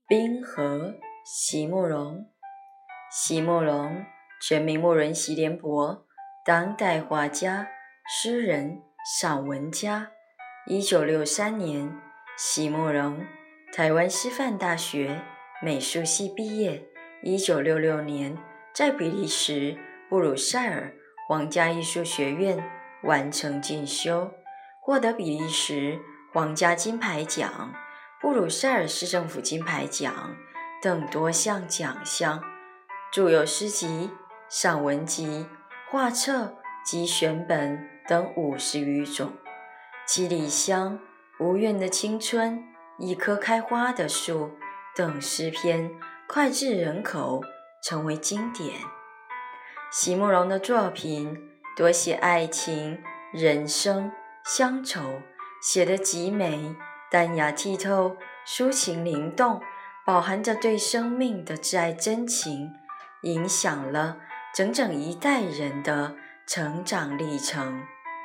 冰河席慕容。席慕容，全名慕容席联博，当代画家、诗人、散文家。1963年，席慕容台湾师范大学美术系毕业。1966年，在比利时布鲁塞尔皇家艺术学院完成进修，获得比利时皇家金牌奖、布鲁塞尔市政府金牌奖等多项奖项，著有诗集、散文集、画册及选本等50余种。七里香、无怨的青春、一棵开花的树等诗篇脍炙人口，成为经典。席慕容的作品多写爱情、人生、乡愁，写得极美，淡雅剔透，抒情灵动，饱含着对生命的挚爱真情，影响了整整一代人的成长历程。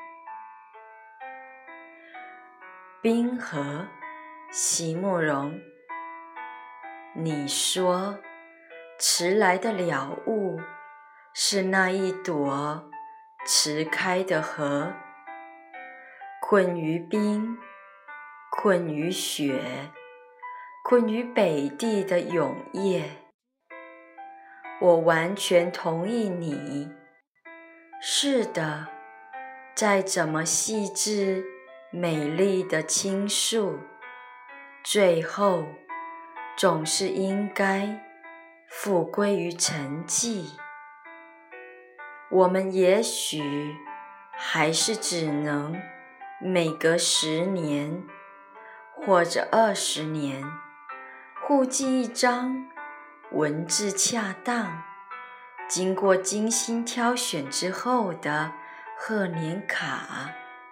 冰河，席慕容。你说，迟来的了悟是那一朵迟开的荷，困于冰，困于雪，困于北地的永夜。我完全同意你。是的，再怎么细致美丽的倾诉，最后总是应该复归于沉寂。我们也许还是只能每隔10年或者20年，互寄一张文字恰当、经过精心挑选之后的贺年卡，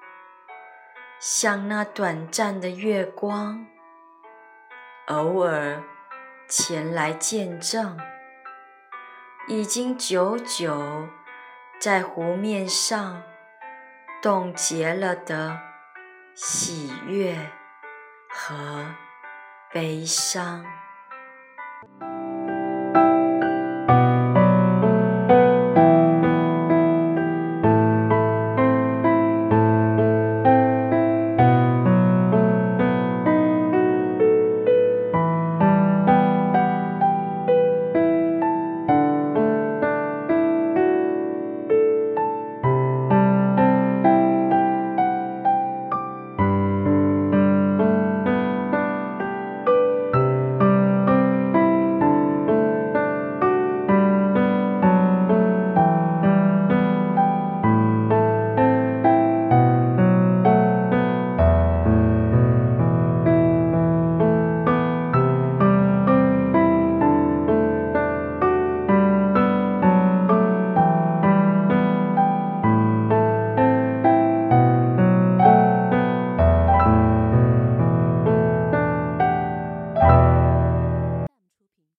像那短暂的月光，偶尔前来见证，已经久久在湖面上冻结了的喜悦和悲伤。